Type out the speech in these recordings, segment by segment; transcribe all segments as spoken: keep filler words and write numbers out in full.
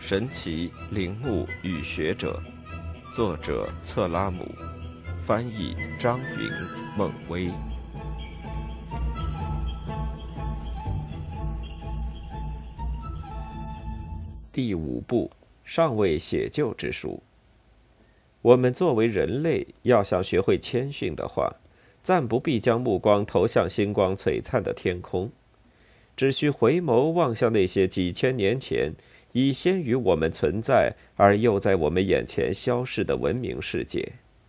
神奇陵墓与学者，作者策拉姆，翻译张云、孟威。第五部，尚未写就之书。我们作为人类，要想学会谦逊的话，暂不必将目光投向星光璀璨的天空，只需回眸望向那些几千年前已先于我们存在而又在我们眼前消逝的文明世界。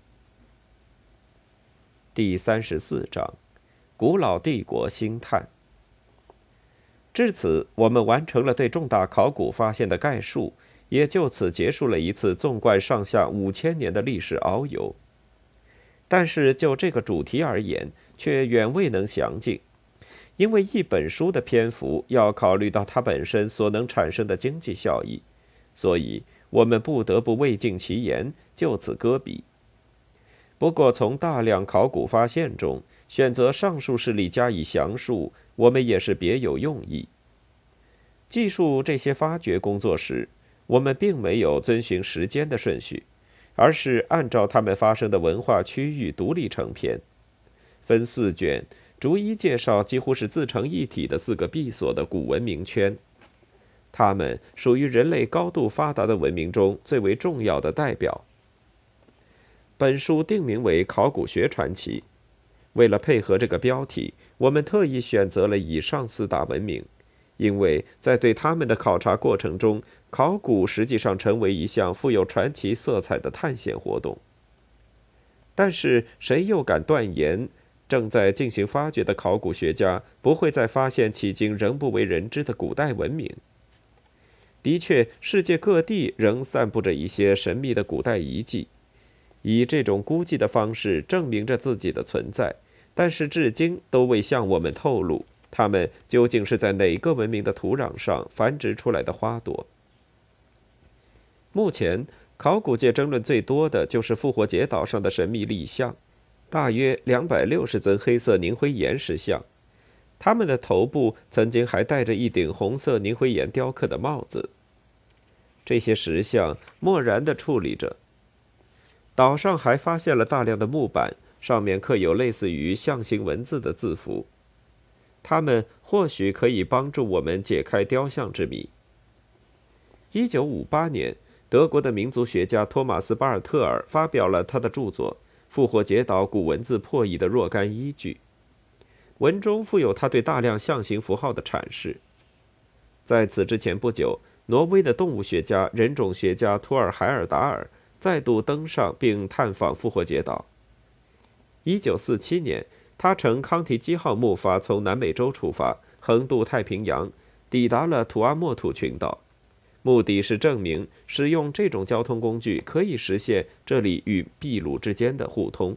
第三十四章，古老帝国星探。至此，我们完成了对重大考古发现的概述，也就此结束了一次纵贯上下五千年的历史遨游。但是就这个主题而言，却远未能详尽，因为一本书的篇幅要考虑到它本身所能产生的经济效益，所以我们不得不未尽其言，就此搁笔。不过从大量考古发现中选择上述事例加以详述，我们也是别有用意。记述这些发掘工作时，我们并没有遵循时间的顺序，而是按照它们发生的文化区域独立成篇，分四卷，逐一介绍几乎是自成一体的四个闭锁的古文明圈。它们属于人类高度发达的文明中最为重要的代表。本书定名为《考古学传奇》，为了配合这个标题，我们特意选择了以上四大文明，因为在对他们的考察过程中，考古实际上成为一项富有传奇色彩的探险活动。但是谁又敢断言，正在进行发掘的考古学家不会再发现迄今仍不为人知的古代文明？的确，世界各地仍散布着一些神秘的古代遗迹，以这种估计的方式证明着自己的存在，但是至今都未向我们透露它们究竟是在哪个文明的土壤上繁殖出来的花朵。目前考古界争论最多的就是复活节岛上的神秘立像，大约两百六十尊黑色凝灰岩石像，它们的头部曾经还戴着一顶红色凝灰岩雕刻的帽子。这些石像漠然地矗立着。岛上还发现了大量的木板，上面刻有类似于象形文字的字符，它们或许可以帮助我们解开雕像之谜。一九五八年，德国的民族学家托马斯·巴尔特尔发表了他的著作《复活节岛古文字破译的若干依据》，文中附有他对大量象形符号的阐释。在此之前不久，挪威的动物学家、人种学家托尔海尔达尔再度登上并探访复活节岛。一九四七年，他乘康提基号木筏从南美洲出发，横渡太平洋，抵达了图阿莫图群岛，目的是证明使用这种交通工具可以实现这里与秘鲁之间的互通。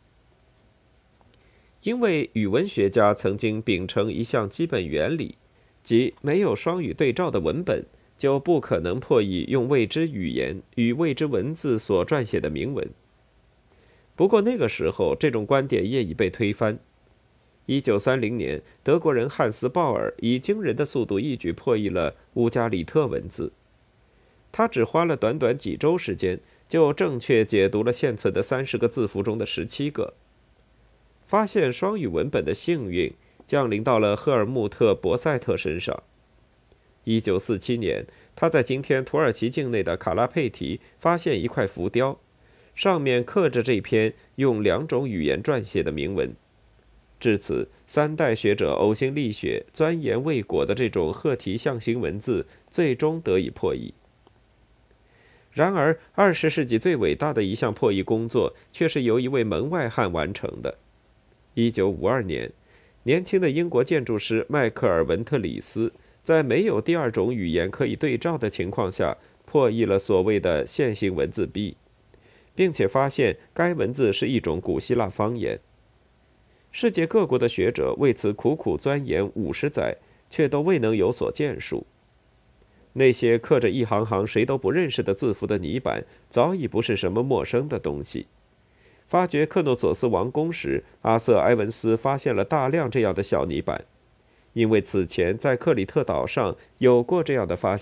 因为语文学家曾经秉承一项基本原理，即没有双语对照的文本就不可能破译用未知语言与未知文字所撰写的铭文。不过那个时候，这种观点业已被推翻。一九三零年，德国人汉斯·鲍尔以惊人的速度一举破译了乌加里特文字。他只花了短短几周时间，就正确解读了现存的三十个字符中的十七个。发现双语文本的幸运降临到了赫尔穆特·博塞特身上。一九四七年，他在今天土耳其境内的卡拉佩提发现一块浮雕，上面刻着这篇用两种语言撰写的铭文。至此，三代学者呕心沥血、钻研未果的这种褐体象形文字最终得以破译。然而，二十世纪最伟大的一项破译工作却是由一位门外汉完成的。一九五二年，年轻的英国建筑师迈克尔·文特里斯在没有第二种语言可以对照的情况下，破译了所谓的线性文字 B， 并且发现该文字是一种古希腊方言。世界各国的学者为此苦苦钻研五十载，却都未能有所建树。那些刻着一行行谁都不认识的字符的泥板，早已不是什么陌生的东西。发掘克诺索斯王宫时，阿瑟·埃文斯发现了大量这样的小泥板。因为此前在克里特岛上有过这样的发现，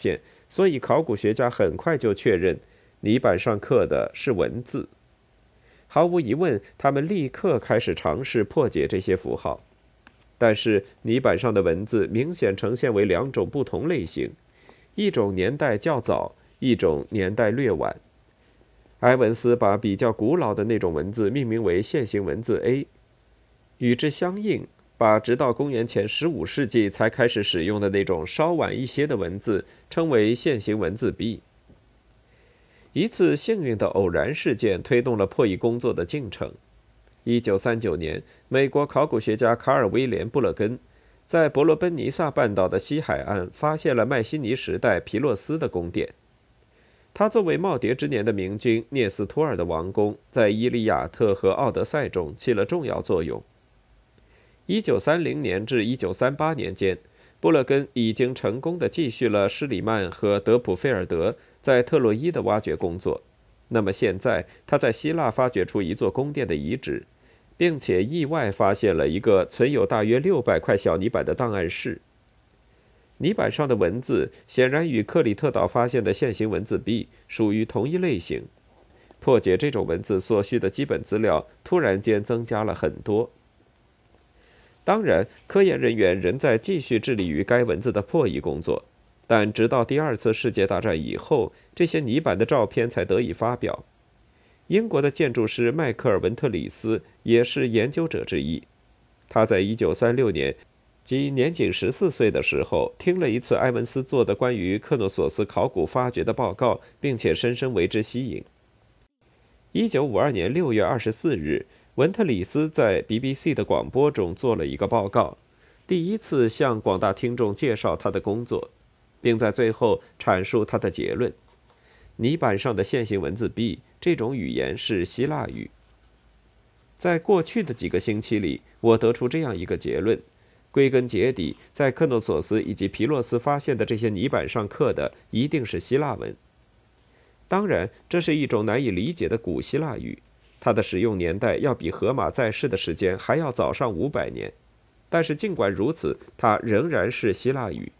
所以考古学家很快就确认泥板上刻的是文字。毫无疑问，他们立刻开始尝试破解这些符号。但是泥板上的文字明显呈现为两种不同类型，一种年代较早，一种年代略晚。埃文斯把比较古老的那种文字命名为线形文字 A， 与之相应，把直到公元前十五世纪才开始使用的那种稍晚一些的文字称为线形文字 B。一次幸运的偶然事件推动了破译工作的进程。一九三九年，美国考古学家卡尔·威廉·布勒根在伯罗奔尼撒半岛的西海岸发现了迈锡尼时代皮洛斯的宫殿。他作为耄耋之年的明君涅斯托尔的王宫，在《伊利亚特》和《奥德赛》中起了重要作用。一九三零年至一九三八年间，布勒根已经成功地继续了施里曼和德普费尔德在特洛伊的挖掘工作。那么现在，他在希腊发掘出一座宫殿的遗址，并且意外发现了一个存有大约六百块小泥板的档案室。泥板上的文字显然与克里特岛发现的线形文字 B 属于同一类型。破解这种文字所需的基本资料突然间增加了很多。当然，科研人员仍在继续致力于该文字的破译工作。但直到第二次世界大战以后，这些泥板的照片才得以发表。英国的建筑师迈克尔·文特里斯也是研究者之一。他在一九三六年，即年仅十四岁的时候，听了一次埃文斯做的关于克诺索斯考古发掘的报告，并且深深为之吸引。一九五二年六月二十四日，文特里斯在 B B C 的广播中做了一个报告，第一次向广大听众介绍他的工作，并在最后阐述他的结论：泥板上的线形文字 B 这种语言是希腊语。在过去的几个星期里，我得出这样一个结论：归根结底，在克诺索斯以及皮洛斯发现的这些泥板上刻的一定是希腊文。当然，这是一种难以理解的古希腊语，它的使用年代要比荷马在世的时间还要早上五百年。但是尽管如此，它仍然是希腊语。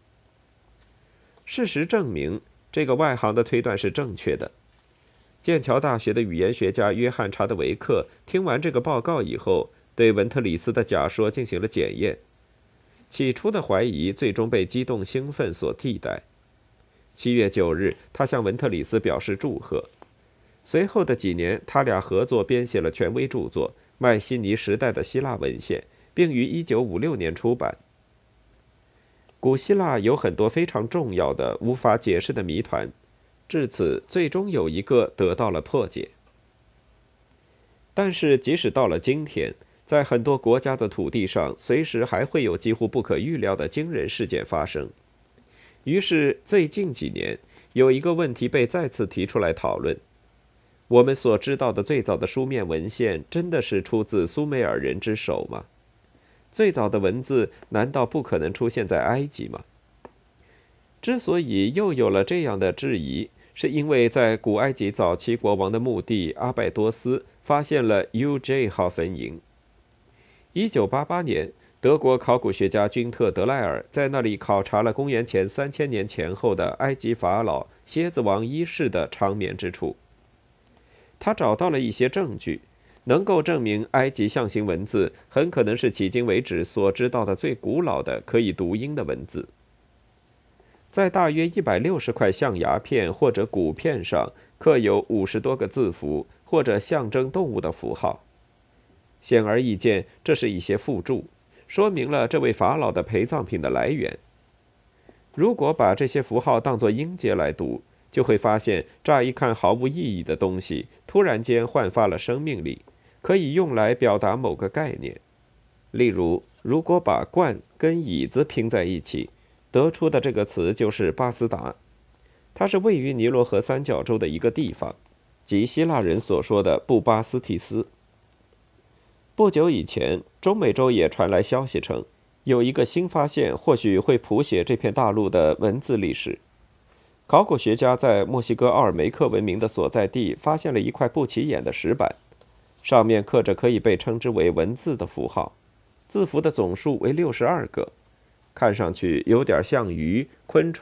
事实证明，这个外行的推断是正确的。剑桥大学的语言学家约翰·查德维克听完这个报告以后，对文特里斯的假说进行了检验。起初的怀疑最终被激动兴奋所替代。七月九日，他向文特里斯表示祝贺。随后的几年，他俩合作编写了权威著作《迈锡尼时代的希腊文献》，并于一九五六年出版。古希腊有很多非常重要的、无法解释的谜团，至此，最终有一个得到了破解。但是，即使到了今天，在很多国家的土地上，随时还会有几乎不可预料的惊人事件发生。于是，最近几年，有一个问题被再次提出来讨论：我们所知道的最早的书面文献，真的是出自苏美尔人之手吗？最早的文字难道不可能出现在埃及吗？之所以又有了这样的质疑，是因为在古埃及早期国王的墓地阿拜多斯发现了 U J 号坟茔。一九八八年，德国考古学家君特·德赖尔在那里考察了公元前三千年前后的埃及法老蝎子王一世的长眠之处。他找到了一些证据，能够证明埃及象形文字很可能是迄今为止所知道的最古老的可以读音的文字。在大约一百六十块象牙片或者骨片上刻有五十多个字符或者象征动物的符号。显而易见，这是一些附注，说明了这位法老的陪葬品的来源。如果把这些符号当作音节来读，就会发现乍一看毫无意义的东西突然间焕发了生命力，可以用来表达某个概念。例如，如果把罐跟椅子拼在一起，得出的这个词就是巴斯达，它是位于尼罗河三角洲的一个地方，即希腊人所说的布巴斯提斯。不久以前，中美洲也传来消息称，有一个新发现或许会谱写这片大陆的文字历史。考古学家在墨西哥奥尔梅克文明的所在地发现了一块不起眼的石板，上面刻着可以被称之为文字的符号，字符的总数为六十二个，看上去有点像鱼、昆虫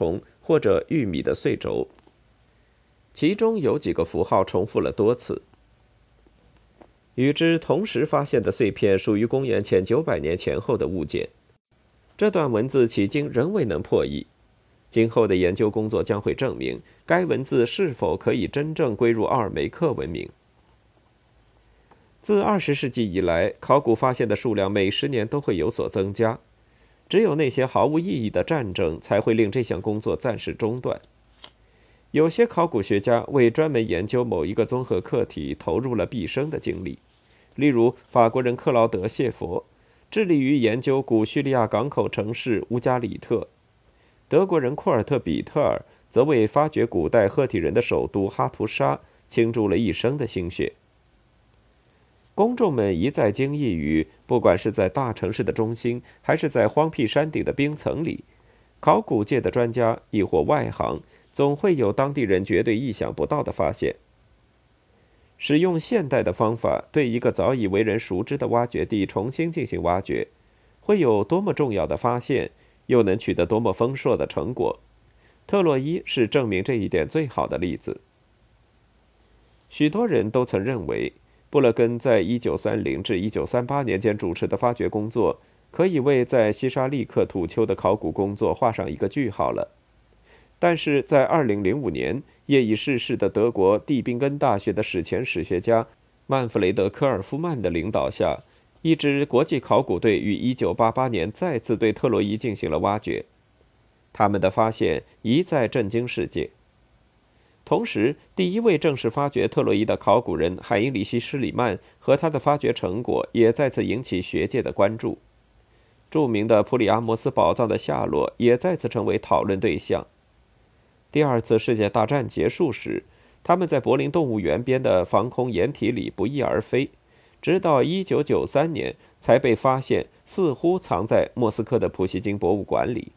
或者玉米的碎轴，其中有几个符号重复了多次。与之同时发现的碎片属于公元前九百年前后的物件。这段文字迄今仍未能破译，今后的研究工作将会证明该文字是否可以真正归入奥尔梅克文明。自二十世纪以来，考古发现的数量每十年都会有所增加，只有那些毫无意义的战争才会令这项工作暂时中断。有些考古学家为专门研究某一个综合课题投入了毕生的精力，例如法国人克劳德·谢佛致力于研究古叙利亚港口城市乌加里特，德国人库尔特·比特尔则为发掘古代赫体人的首都哈图沙倾注了一生的心血。公众们一再惊异于，不管是在大城市的中心，还是在荒僻山顶的冰层里，考古界的专家亦或外行，总会有当地人绝对意想不到的发现。使用现代的方法对一个早已为人熟知的挖掘地重新进行挖掘，会有多么重要的发现，又能取得多么丰硕的成果。特洛伊是证明这一点最好的例子。许多人都曾认为，布勒根在一九三零至一九三八年间主持的发掘工作，可以为在西沙利克土丘的考古工作画上一个句号了。但是在二零零五年，业已逝世的德国蒂宾根大学的史前史学家曼弗雷德·科尔夫曼的领导下，一支国际考古队于一九八八年再次对特洛伊进行了挖掘。他们的发现一再震惊世界。同时，第一位正式发掘特洛伊的考古人海因里希·施里曼和他的发掘成果也再次引起学界的关注。著名的普里阿摩斯宝藏的下落也再次成为讨论对象。第二次世界大战结束时，他们在柏林动物园边的防空掩体里不翼而飞，直到一九九三年才被发现，似乎藏在莫斯科的普希金博物馆里。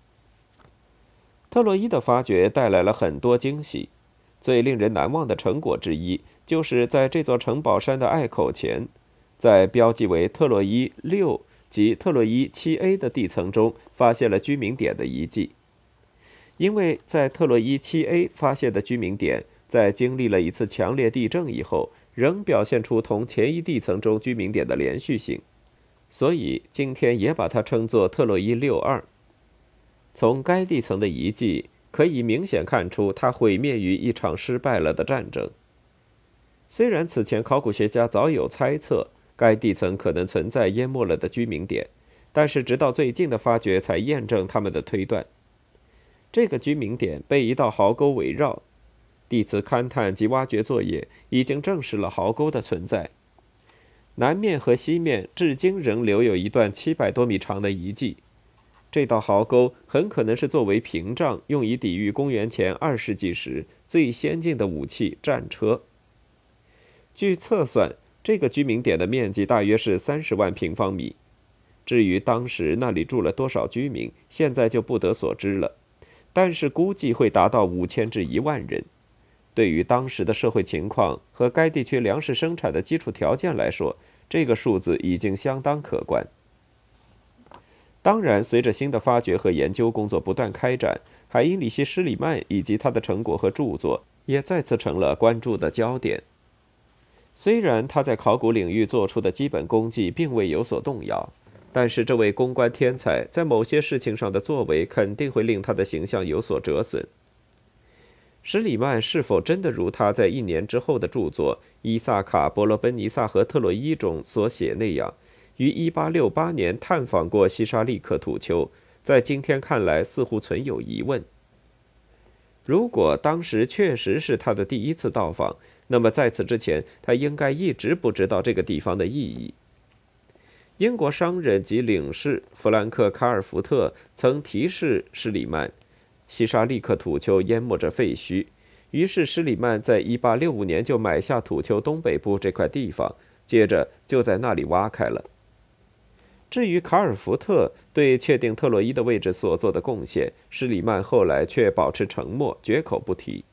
特洛伊的发掘带来了很多惊喜。最令人难忘的成果之一，就是在这座城堡山的隘口前，在标记为特洛伊六及特洛伊七 A 的地层中，发现了居民点的遗迹。因为在特洛伊七 A 发现的居民点，在经历了一次强烈地震以后，仍表现出同前一地层中居民点的连续性，所以今天也把它称作特洛伊六二。从该地层的遗迹可以明显看出，它毁灭于一场失败了的战争。虽然此前考古学家早有猜测，该地层可能存在淹没了的居民点，但是直到最近的发掘才验证他们的推断。这个居民点被一道壕沟围绕，地质勘探及挖掘作业已经证实了壕沟的存在。南面和西面至今仍留有一段七百多米长的遗迹。这道壕沟很可能是作为屏障，用以抵御公元前二世纪时最先进的武器战车。据测算，这个居民点的面积大约是三十万平方米。至于当时那里住了多少居民，现在就不得所知了，但是估计会达到五千至一万人。对于当时的社会情况和该地区粮食生产的基础条件来说，这个数字已经相当可观。当然，随着新的发掘和研究工作不断开展，海因里希·施里曼以及他的成果和著作也再次成了关注的焦点。虽然他在考古领域做出的基本功绩并未有所动摇，但是这位公关天才在某些事情上的作为肯定会令他的形象有所折损。施里曼是否真的如他在一年之后的著作《伊萨卡·伯罗奔尼撒和特洛伊》中所写那样，于一八六八年探访过西沙利克土丘，在今天看来似乎存有疑问。如果当时确实是他的第一次到访，那么在此之前，他应该一直不知道这个地方的意义。英国商人及领事弗兰克·卡尔福特曾提示施里曼，西沙利克土丘淹没着废墟，于是施里曼在一八六五年就买下土丘东北部这块地方，接着就在那里挖开了。至于卡尔福特对确定特洛伊的位置所做的贡献，施里曼后来却保持沉默，绝口不提。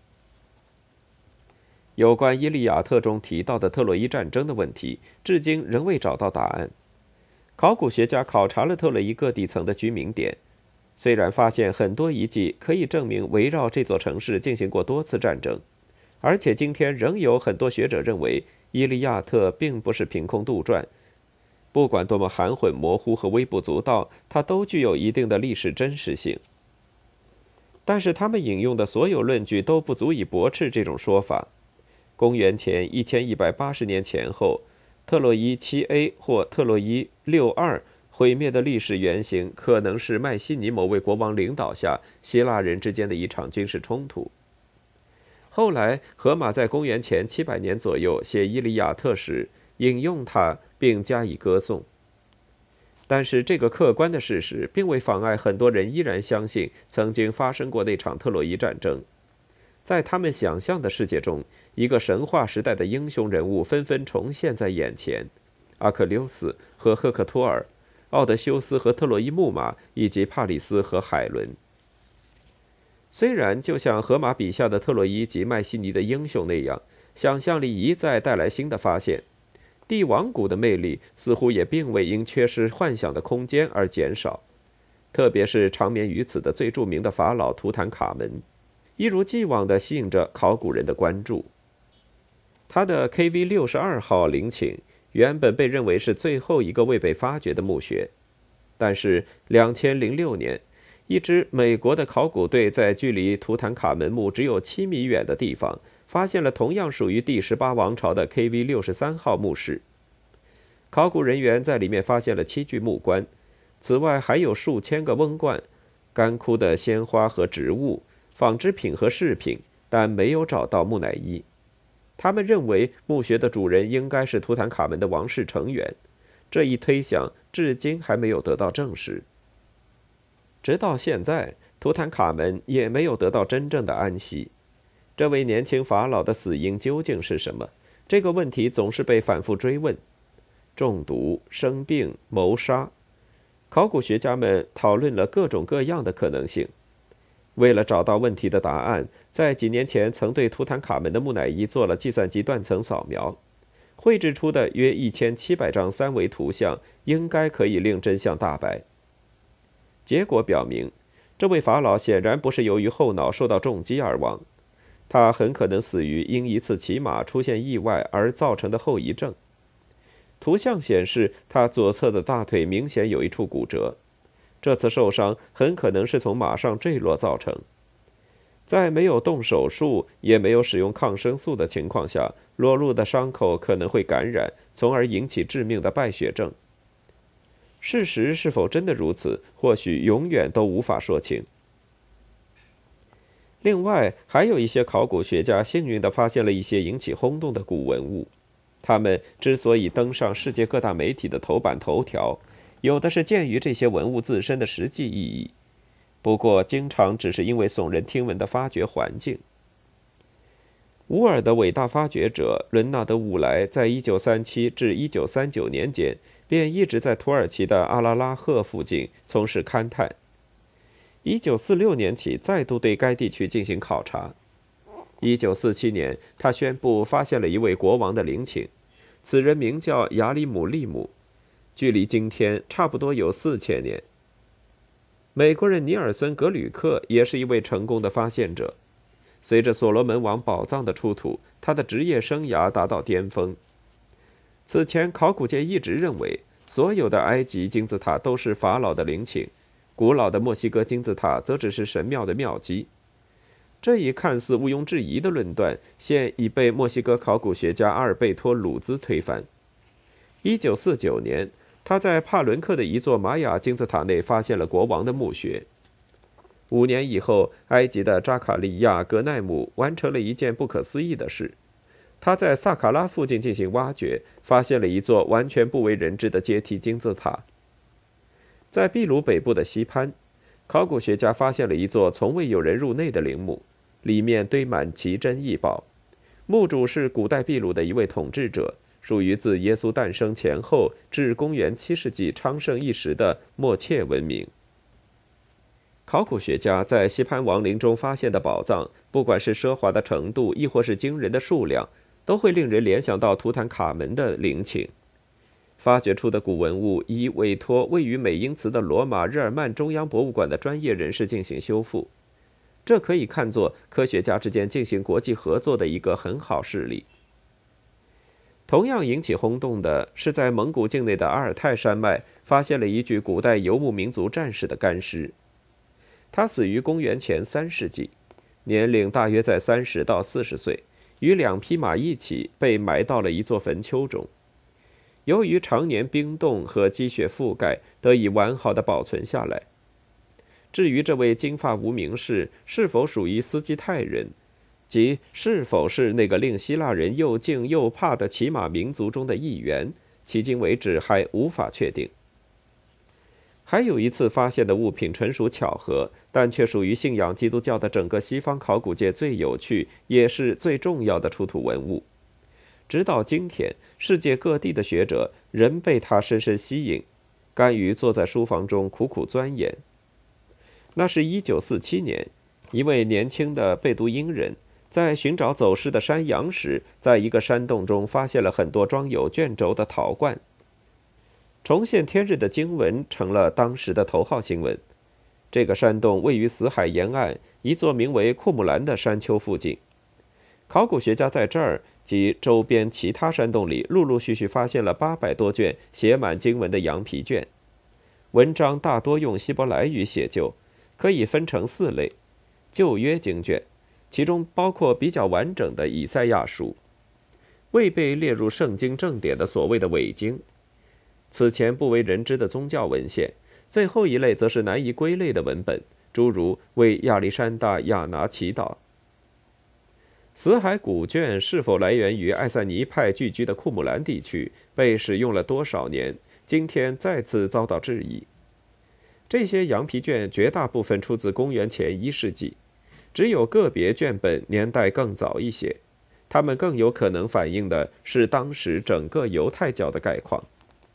有关《伊利亚特》中提到的特洛伊战争的问题，至今仍未找到答案。考古学家考察了特洛伊各地层的居民点， 虽然发现很多遗迹可以证明围绕这座城市进行过多次战争，而且今天仍有很多学者认为伊利亚特并不是凭空杜撰，不管多么含混模糊和微不足道，它都具有一定的历史真实性。但是他们引用的所有论据都不足以驳斥这种说法。公元前一千一百八十年前后，特洛伊 七 A 或特洛伊 六二 毁灭的历史原型可能是迈锡尼某位国王领导下希腊人之间的一场军事冲突。后来，荷马在公元前七百年左右写《伊利亚特》时，引用它并加以歌颂。但是，这个客观的事实并未妨碍很多人依然相信曾经发生过那场特洛伊战争。在他们想象的世界中，一个神话时代的英雄人物纷纷重现在眼前：阿克琉斯和赫克托尔、奥德修斯和特洛伊木马，以及帕里斯和海伦。虽然就像荷马笔下的特洛伊及迈锡尼的英雄那样，想象力一再带来新的发现，帝王谷的魅力似乎也并未因缺失幻想的空间而减少，特别是长眠于此的最著名的法老图坦卡门，一如既往地吸引着考古人的关注。他的 K V 六十二号陵寝原本被认为是最后一个未被发掘的墓穴，但是两千零六年，一支美国的考古队在距离图坦卡门墓只有七米远的地方，发现了同样属于第十八王朝的 K V 六十三号墓室。考古人员在里面发现了七具木棺，此外还有数千个瓮罐、干枯的鲜花和植物、纺织品和饰品，但没有找到木乃伊。他们认为墓穴的主人应该是图坦卡门的王室成员，这一推想至今还没有得到证实。直到现在，图坦卡门也没有得到真正的安息。这位年轻法老的死因究竟是什么？这个问题总是被反复追问。中毒、生病、谋杀，考古学家们讨论了各种各样的可能性。为了找到问题的答案，在几年前曾对图坦卡门的木乃伊做了计算机断层扫描，绘制出的约一千七百张三维图像应该可以令真相大白。结果表明，这位法老显然不是由于后脑受到重击而亡，他很可能死于因一次骑马出现意外而造成的后遗症。图像显示，他左侧的大腿明显有一处骨折，这次受伤很可能是从马上坠落造成。在没有动手术也没有使用抗生素的情况下，裸露的伤口可能会感染，从而引起致命的败血症。事实是否真的如此，或许永远都无法说清。另外，还有一些考古学家幸运地发现了一些引起轰动的古文物，他们之所以登上世界各大媒体的头版头条，有的是鉴于这些文物自身的实际意义，不过经常只是因为耸人听闻的发掘环境。乌尔的伟大发掘者伦纳德·伍莱在一九三七至一九三九年间便一直在土耳其的阿拉拉赫附近从事勘探。一九四六年起再度对该地区进行考察。一九四七年，他宣布发现了一位国王的陵寝，此人名叫亚里姆利姆，距离今天差不多有四千年。美国人尼尔森·格吕克也是一位成功的发现者。随着所罗门王宝藏的出土，他的职业生涯达到巅峰。此前，考古界一直认为，所有的埃及金字塔都是法老的陵寝，古老的墨西哥金字塔则只是神庙的庙基。这一看似毋庸置疑的论断，现已被墨西哥考古学家阿尔贝托·鲁兹推翻。一九四九年，他在帕伦克的一座玛雅金字塔内发现了国王的墓穴。五年以后，埃及的扎卡利亚·格奈姆完成了一件不可思议的事，他在萨卡拉附近进行挖掘，发现了一座完全不为人知的阶梯金字塔。在秘鲁北部的西潘，考古学家发现了一座从未有人入内的陵墓，里面堆满奇珍异宝。墓主是古代秘鲁的一位统治者，属于自耶稣诞生前后至公元七世纪昌盛一时的默切文明。考古学家在西潘王陵中发现的宝藏，不管是奢华的程度，亦或是惊人的数量，都会令人联想到图坦卡门的陵寝。 发掘出的古文物已委托位于美因茨的罗马日耳曼中央博物馆的专业人士进行修复，这可以看作科学家之间进行国际合作的一个很好事例。同样引起轰动的是，在蒙古境内的阿尔泰山脉发现了一具古代游牧民族战士的干尸，他死于公元前三世纪，年龄大约在三十到四十岁，与两匹马一起被埋到了一座坟丘中。由于常年冰冻和积雪覆盖，得以完好的保存下来。至于这位金发无名氏是否属于斯基泰人，即是否是那个令希腊人又敬又怕的骑马民族中的一员，迄今为止还无法确定。还有一次发现的物品纯属巧合，但却属于信仰基督教的整个西方考古界最有趣也是最重要的出土文物。直到今天，世界各地的学者仍被它深深吸引，甘于坐在书房中苦苦钻研。那是一九四七年，一位年轻的贝都因人在寻找走失的山羊时，在一个山洞中发现了很多装有卷轴的陶罐。重现天日的经文成了当时的头号新闻。这个山洞位于死海沿岸一座名为库姆兰的山丘附近。考古学家在这儿及周边其他山洞里陆陆续续发现了八百多卷写满经文的羊皮卷，文章大多用希伯来语写就，可以分成四类：旧约经卷，其中包括比较完整的以赛亚书，未被列入圣经正典的所谓的伪经，此前不为人知的宗教文献，最后一类则是难以归类的文本，诸如为亚历山大亚拿祈祷。死海古卷是否来源于爱塞尼派聚居的库姆兰地区，被使用了多少年，今天再次遭到质疑。这些羊皮卷绝大部分出自公元前一世纪，只有个别卷本年代更早一些，它们更有可能反映的是当时整个犹太教的概况。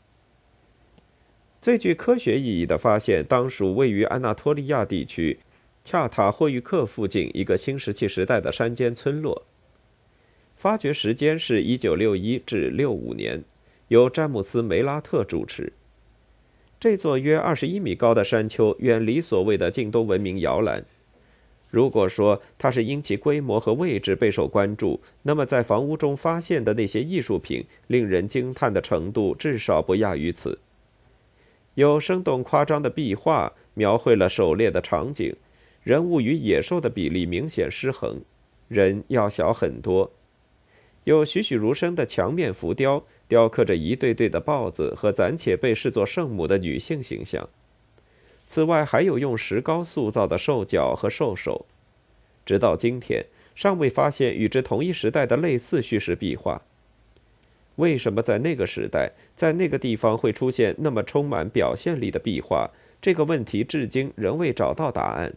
最具科学意义的发现当属位于安纳托利亚地区恰塔霍玉克附近一个新石器时代的山间村落。发掘时间是一九六一至六五年，由詹姆斯·梅拉特主持。这座约二十一米高的山丘远离所谓的近东文明摇篮。如果说它是因其规模和位置备受关注，那么在房屋中发现的那些艺术品令人惊叹的程度至少不亚于此。有生动夸张的壁画描绘了狩猎的场景，人物与野兽的比例明显失衡，人要小很多。有栩栩如生的墙面浮雕，雕刻着一对对的豹子和暂且被视作圣母的女性形象。此外，还有用石膏塑造的兽脚和兽首。直到今天，尚未发现与之同一时代的类似叙事壁画。为什么在那个时代，在那个地方会出现那么充满表现力的壁画？这个问题至今仍未找到答案。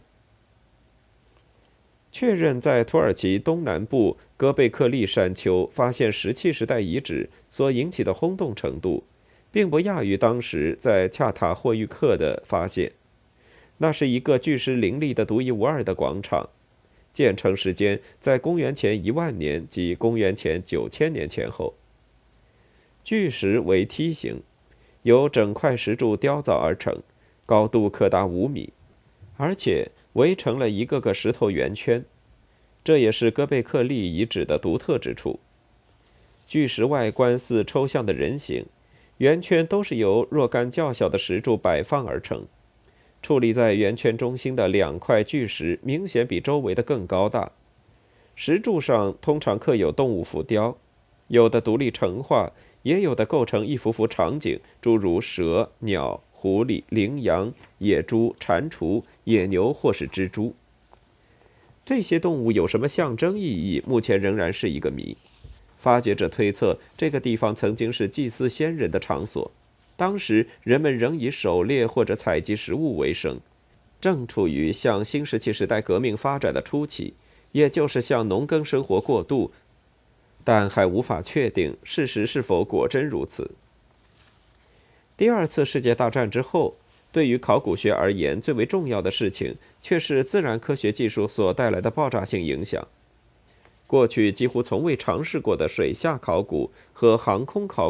确认在土耳其东南部戈贝克利山丘发现石器时代遗址所引起的轰动程度，并不亚于当时在恰塔霍玉克的发现。那是一个巨石林立的独一无二的广场，建成时间在公元前一万年及公元前九千年前后。巨石为梯形，由整块石柱雕凿而成，高度可达五米，而且围成了一个个石头圆圈，这也是戈贝克利遗址的独特之处。巨石外观似抽象的人形，圆圈都是由若干较小的石柱摆放而成。矗立在圆圈中心的两块巨石明显比周围的更高大。石柱上通常刻有动物浮雕，有的独立成画，也有的构成一幅幅场景，诸如蛇、鸟、狐狸、羚羊、野猪、蟾蜍、野牛或是蜘蛛。这些动物有什么象征意义，目前仍然是一个谜。发掘者推测，这个地方曾经是祭祀先人的场所，当时人们仍以狩猎或者采集食物为生，正处于向新石器时代革命发展的初期，也就是向农耕生活过渡，但还无法确定事实是否果真如此。第二次世界大战之后，对于考古学而言，最为重要的事情却是自然科学技术所带来的爆炸性影响。过去几乎从未尝试过的水下考古和航空考古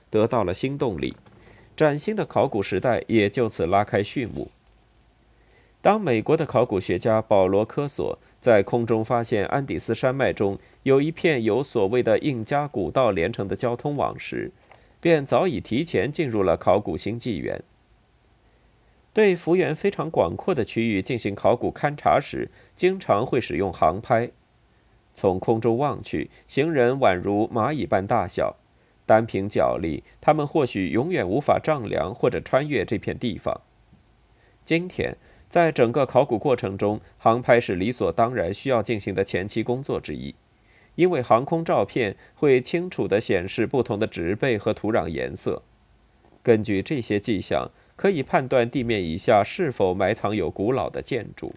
得到了新动力，崭新的考古时代也就此拉开序幕。当美国的考古学家保罗·科索在空中发现安第斯山脉中有一片由所谓的印加古道连成的交通网时，便早已提前进入了考古新纪元。对幅员非常广阔的区域进行考古勘察时，经常会使用航拍。从空中望去，行人宛如蚂蚁般大小，单凭脚力，他们或许永远无法丈量或者穿越这片地方。今天，在整个考古过程中，航拍是理所当然需要进行的前期工作之一，因为航空照片会清楚地显示不同的植被和土壤颜色。根据这些迹象，可以判断地面以下是否埋藏有古老的建筑。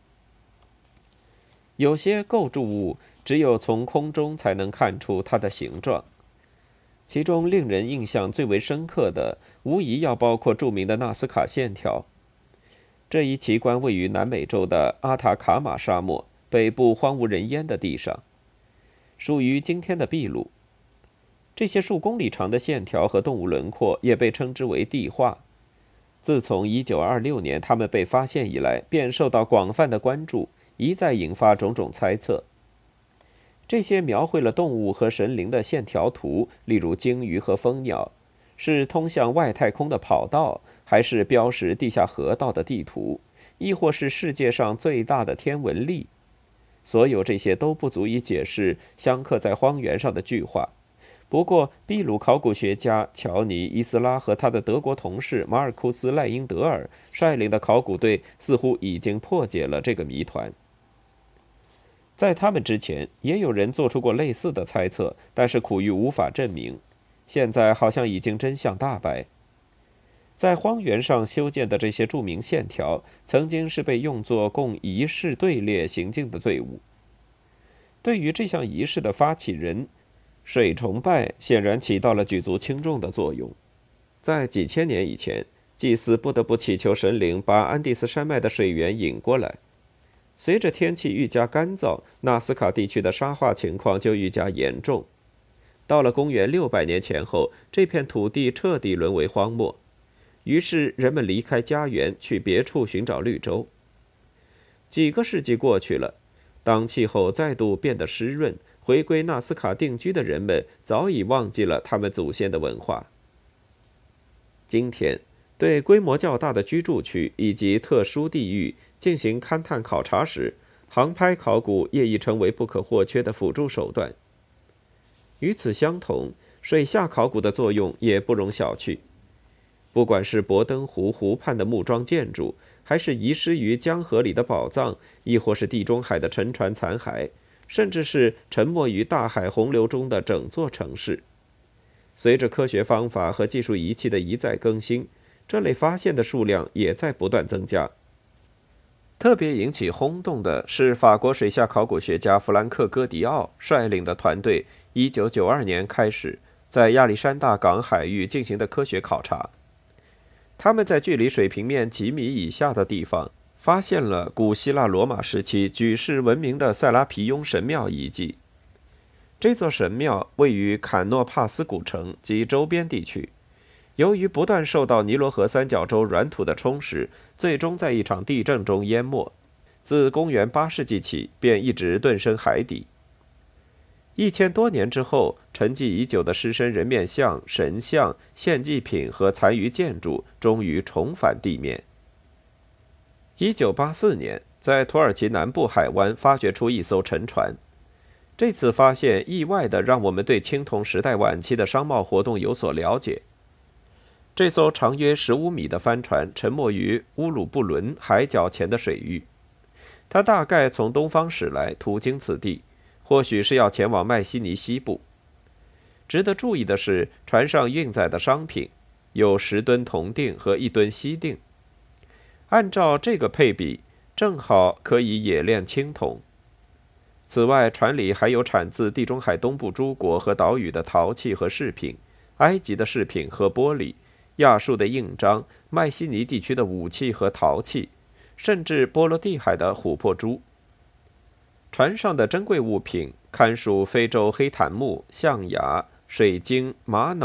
有些构筑物只有从空中才能看出它的形状，其中令人印象最为深刻的，无疑要包括著名的纳斯卡线条。这一奇观位于南美洲的阿塔卡马沙漠北部荒无人烟的地上，属于今天的秘鲁。这些数公里长的线条和动物轮廓也被称之为地画。自从一九二六年它们被发现以来，便受到广泛的关注，一再引发种种猜测。这些描绘了动物和神灵的线条图，例如鲸鱼和蜂鸟，是通向外太空的跑道，还是标识地下河道的地图，亦或是世界上最大的天文历？所有这些都不足以解释镶刻在荒原上的巨画。不过，秘鲁考古学家乔尼·伊斯拉和他的德国同事马尔库斯·赖因德尔率领的考古队似乎已经破解了这个谜团。在他们之前，也有人做出过类似的猜测，但是苦于无法证明。现在好像已经真相大白。在荒原上修建的这些著名线条，曾经是被用作供仪式队列行进的队伍。对于这项仪式的发起人，水崇拜显然起到了举足轻重的作用。在几千年以前，祭司不得不祈求神灵把安第斯山脉的水源引过来。随着天气愈加干燥，纳斯卡地区的沙化情况就愈加严重。到了公元六百年前后，这片土地彻底沦为荒漠，于是人们离开家园，去别处寻找绿洲。几个世纪过去了，当气候再度变得湿润，回归纳斯卡定居的人们早已忘记了他们祖先的文化。今天，对规模较大的居住区以及特殊地域进行勘探考察时，航拍考古也已成为不可或缺的辅助手段。与此相同，水下考古的作用也不容小觑。不管是博登湖湖畔的木桩建筑，还是遗失于江河里的宝藏，亦或是地中海的沉船残骸，甚至是沉没于大海洪流中的整座城市，随着科学方法和技术仪器的一再更新，这类发现的数量也在不断增加。特别引起轰动的是，法国水下考古学家弗兰克·戈迪奥率领的团队一九九二年开始在亚历山大港海域进行的科学考察。他们在距离水平面几米以下的地方发现了古希腊罗马时期举世闻名的塞拉皮雍神庙遗迹。这座神庙位于坎诺帕斯古城及周边地区，由于不断受到尼罗河三角洲软土的冲蚀，最终在一场地震中淹没。自公元八世纪起，便一直遁身海底。一千多年之后，沉寂已久的狮身人面像、神像、献祭品和残余建筑终于重返地面。一九八四年，在土耳其南部海湾发掘出一艘沉船。这次发现意外地让我们对青铜时代晚期的商贸活动有所了解。这艘长约十五米的帆船沉没于乌鲁布伦海角前的水域，它大概从东方驶来，途经此地，或许是要前往麦西尼西部。值得注意的是，船上运载的商品有十吨铜锭和一吨锡锭，按照这个配比，正好可以冶炼青铜。此外，船里还有产自地中海东部诸国和岛屿的陶器和饰品，埃及的饰品和玻璃，亚述的印章，麦西尼地区的武器和陶器，甚至波罗的海的琥珀珠。船上的珍贵物品堪数非洲黑檀木、象牙、水晶、玛瑙、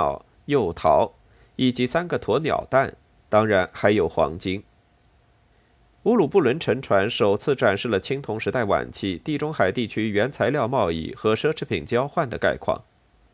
釉陶，以及三个鸵鸟蛋，当然还有黄金。乌鲁布伦沉船首次展示了青铜时代晚期地中海地区原材料贸易和奢侈品交换的概况。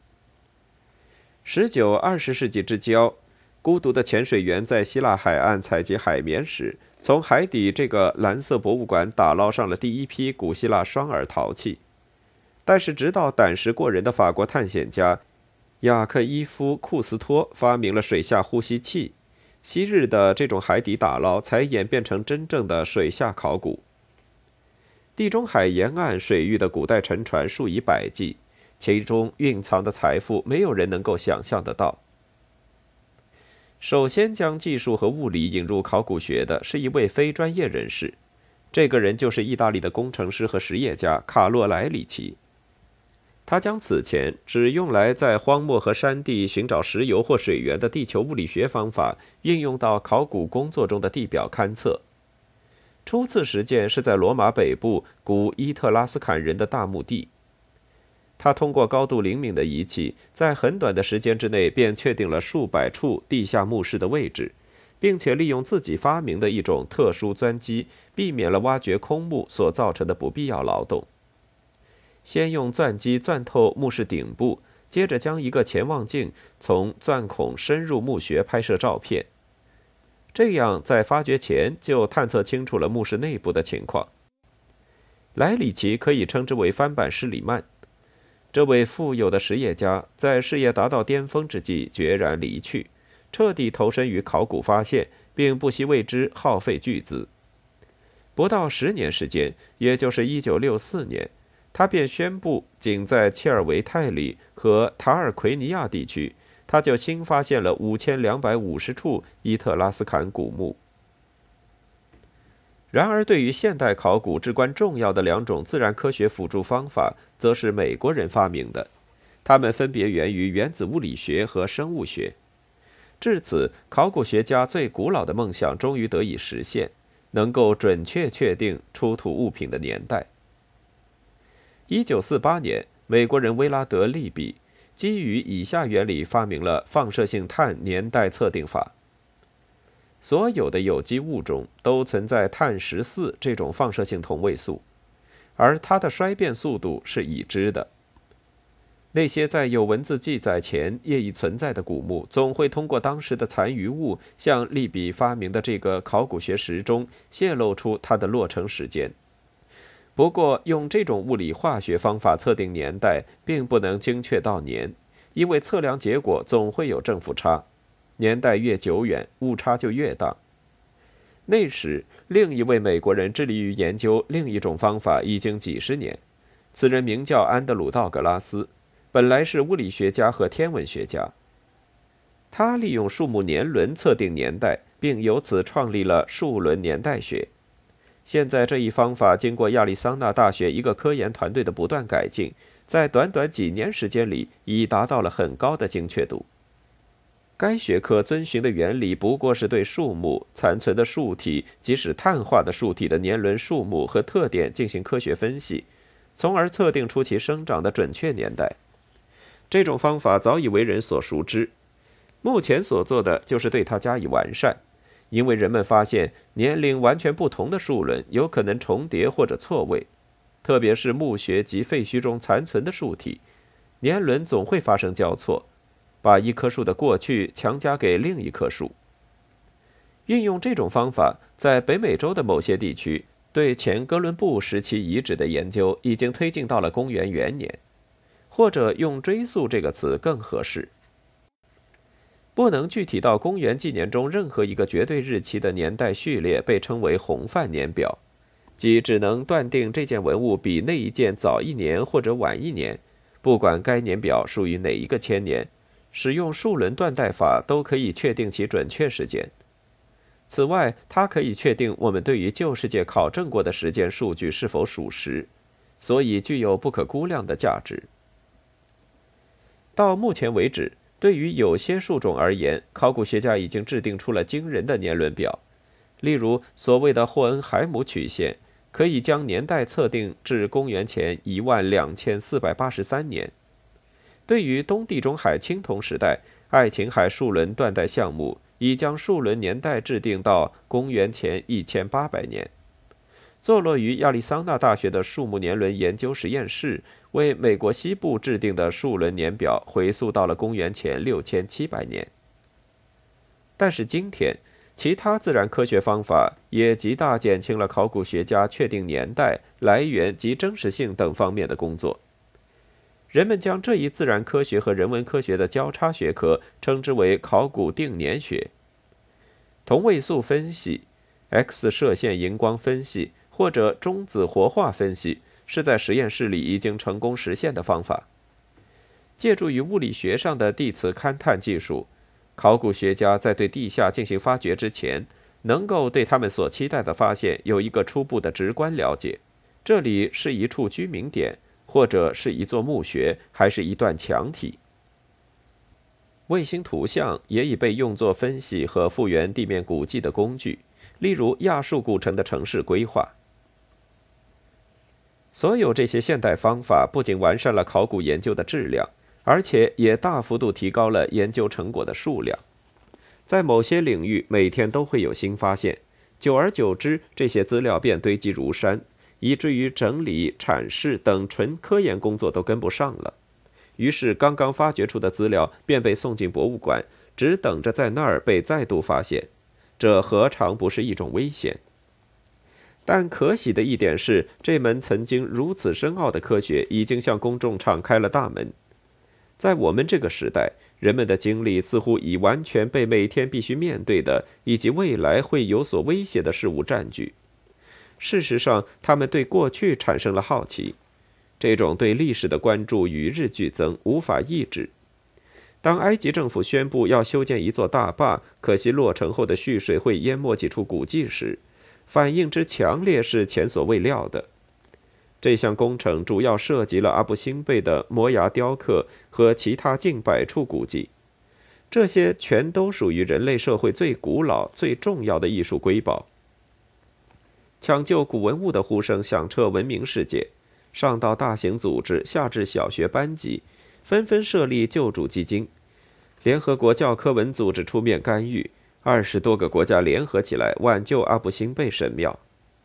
十九、二十世纪之交，孤独的潜水员在希腊海岸采集海绵时，从海底这个蓝色博物馆打捞上了第一批古希腊双耳陶器。但是，直到胆识过人的法国探险家雅克伊夫·库斯托发明了水下呼吸器，昔日的这种海底打捞才演变成真正的水下考古。地中海沿岸水域的古代沉船数以百计，其中蕴藏的财富没有人能够想象得到。首先将技术和物理引入考古学的是一位非专业人士，这个人就是意大利的工程师和实业家卡洛·莱里奇。他将此前只用来在荒漠和山地寻找石油或水源的地球物理学方法运用到考古工作中的地表勘测。初次实践是在罗马北部古伊特拉斯坎人的大墓地。他通过高度灵敏的仪器，在很短的时间之内便确定了数百处地下墓室的位置，并且利用自己发明的一种特殊钻机，避免了挖掘空墓所造成的不必要劳动。先用钻机钻透墓室顶部，接着将一个潜望镜从钻孔深入墓穴拍摄照片，这样在发掘前就探测清楚了墓室内部的情况。莱里奇可以称之为翻版施里曼。这位富有的实业家在事业达到巅峰之际决然离去，彻底投身于考古发现，并不惜为之耗费巨资。不到十年时间，也就是一九六四年，他便宣布，仅在切尔维泰里和塔尔奎尼亚地区，他就新发现了五千两百五十处伊特拉斯坎古墓。然而，对于现代考古至关重要的两种自然科学辅助方法，则是美国人发明的，它们分别源于原子物理学和生物学。至此，考古学家最古老的梦想终于得以实现，能够准确确定出土物品的年代。一九四八年，美国人威拉德·利比基于以下原理发明了放射性碳年代测定法。所有的有机物中都存在碳十四这种放射性同位素，而它的衰变速度是已知的。那些在有文字记载前业已存在的古墓，总会通过当时的残余物向利比发明的这个考古学时钟泄露出它的落成时间。不过，用这种物理化学方法测定年代，并不能精确到年，因为测量结果总会有正负差，年代越久远，误差就越大。那时，另一位美国人致力于研究另一种方法已经几十年，此人名叫安德鲁·道格拉斯，本来是物理学家和天文学家。他利用树木年轮测定年代，并由此创立了树轮年代学。现在这一方法经过亚利桑那大学一个科研团队的不断改进，在短短几年时间里已达到了很高的精确度。该学科遵循的原理不过是对树木、残存的树体，即使碳化的树体的年轮数目和特点进行科学分析，从而测定出其生长的准确年代。这种方法早已为人所熟知，目前所做的就是对它加以完善。因为人们发现年龄完全不同的树轮有可能重叠或者错位，特别是墓穴及废墟中残存的树体，年轮总会发生交错，把一棵树的过去强加给另一棵树。运用这种方法，在北美洲的某些地区，对前哥伦布时期遗址的研究已经推进到了公元元年，或者用追溯这个词更合适。不能具体到公元纪年中任何一个绝对日期的年代序列被称为红范年表，即只能断定这件文物比那一件早一年或者晚一年，不管该年表属于哪一个千年，使用数轮断代法都可以确定其准确时间。此外，它可以确定我们对于旧世界考证过的时间数据是否属实，所以具有不可估量的价值。到目前为止，对于有些树种而言，考古学家已经制定出了惊人的年轮表。例如，所谓的霍恩海姆曲线可以将年代测定至公元前一万两千四百八十三年。对于东地中海青铜时代， 爱琴海树轮断代项目已将树轮年代制定到公元前一千八百年。坐落于亚利桑那大学的树木年轮研究实验室为美国西部制定的树轮年表回溯到了公元前六千七百年。但是今天，其他自然科学方法也极大减轻了考古学家确定年代、来源及真实性等方面的工作。人们将这一自然科学和人文科学的交叉学科称之为考古定年学。同位素分析、X 射线荧光分析或者中子活化分析是在实验室里已经成功实现的方法。借助于物理学上的地磁勘探技术，考古学家在对地下进行发掘之前，能够对他们所期待的发现有一个初步的直观了解。这里是一处居民点，或者是一座墓穴，还是一段墙体。卫星图像也已被用作分析和复原地面古迹的工具，例如亚述古城的城市规划。所有这些现代方法不仅完善了考古研究的质量，而且也大幅度提高了研究成果的数量。在某些领域，每天都会有新发现，久而久之，这些资料便堆积如山，以至于整理、阐释等纯科研工作都跟不上了。于是，刚刚发掘出的资料便被送进博物馆，只等着在那儿被再度发现。这何尝不是一种危险？但可喜的一点是，这门曾经如此深奥的科学已经向公众敞开了大门。在我们这个时代，人们的精力似乎已完全被每天必须面对的以及未来会有所威胁的事物占据。事实上，他们对过去产生了好奇，这种对历史的关注与日俱增，无法抑制。当埃及政府宣布要修建一座大坝，可惜落成后的蓄水会淹没几处古迹时，反应之强烈是前所未料的。这项工程主要涉及了阿布辛贝的摩崖雕刻和其他近百处古迹，这些全都属于人类社会最古老、最重要的艺术瑰宝。抢救古文物的呼声响彻文明世界，上到大型组织，下至小学班级，纷纷设立救助基金。联合国教科文组织出面干预，二十多个国家联合起来挽救阿布辛贝神庙。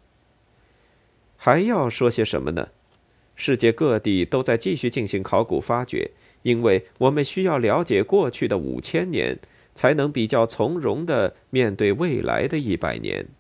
还要说些什么呢？世界各地都在继续进行考古发掘，因为我们需要了解过去的五千年，才能比较从容地面对未来的一百年。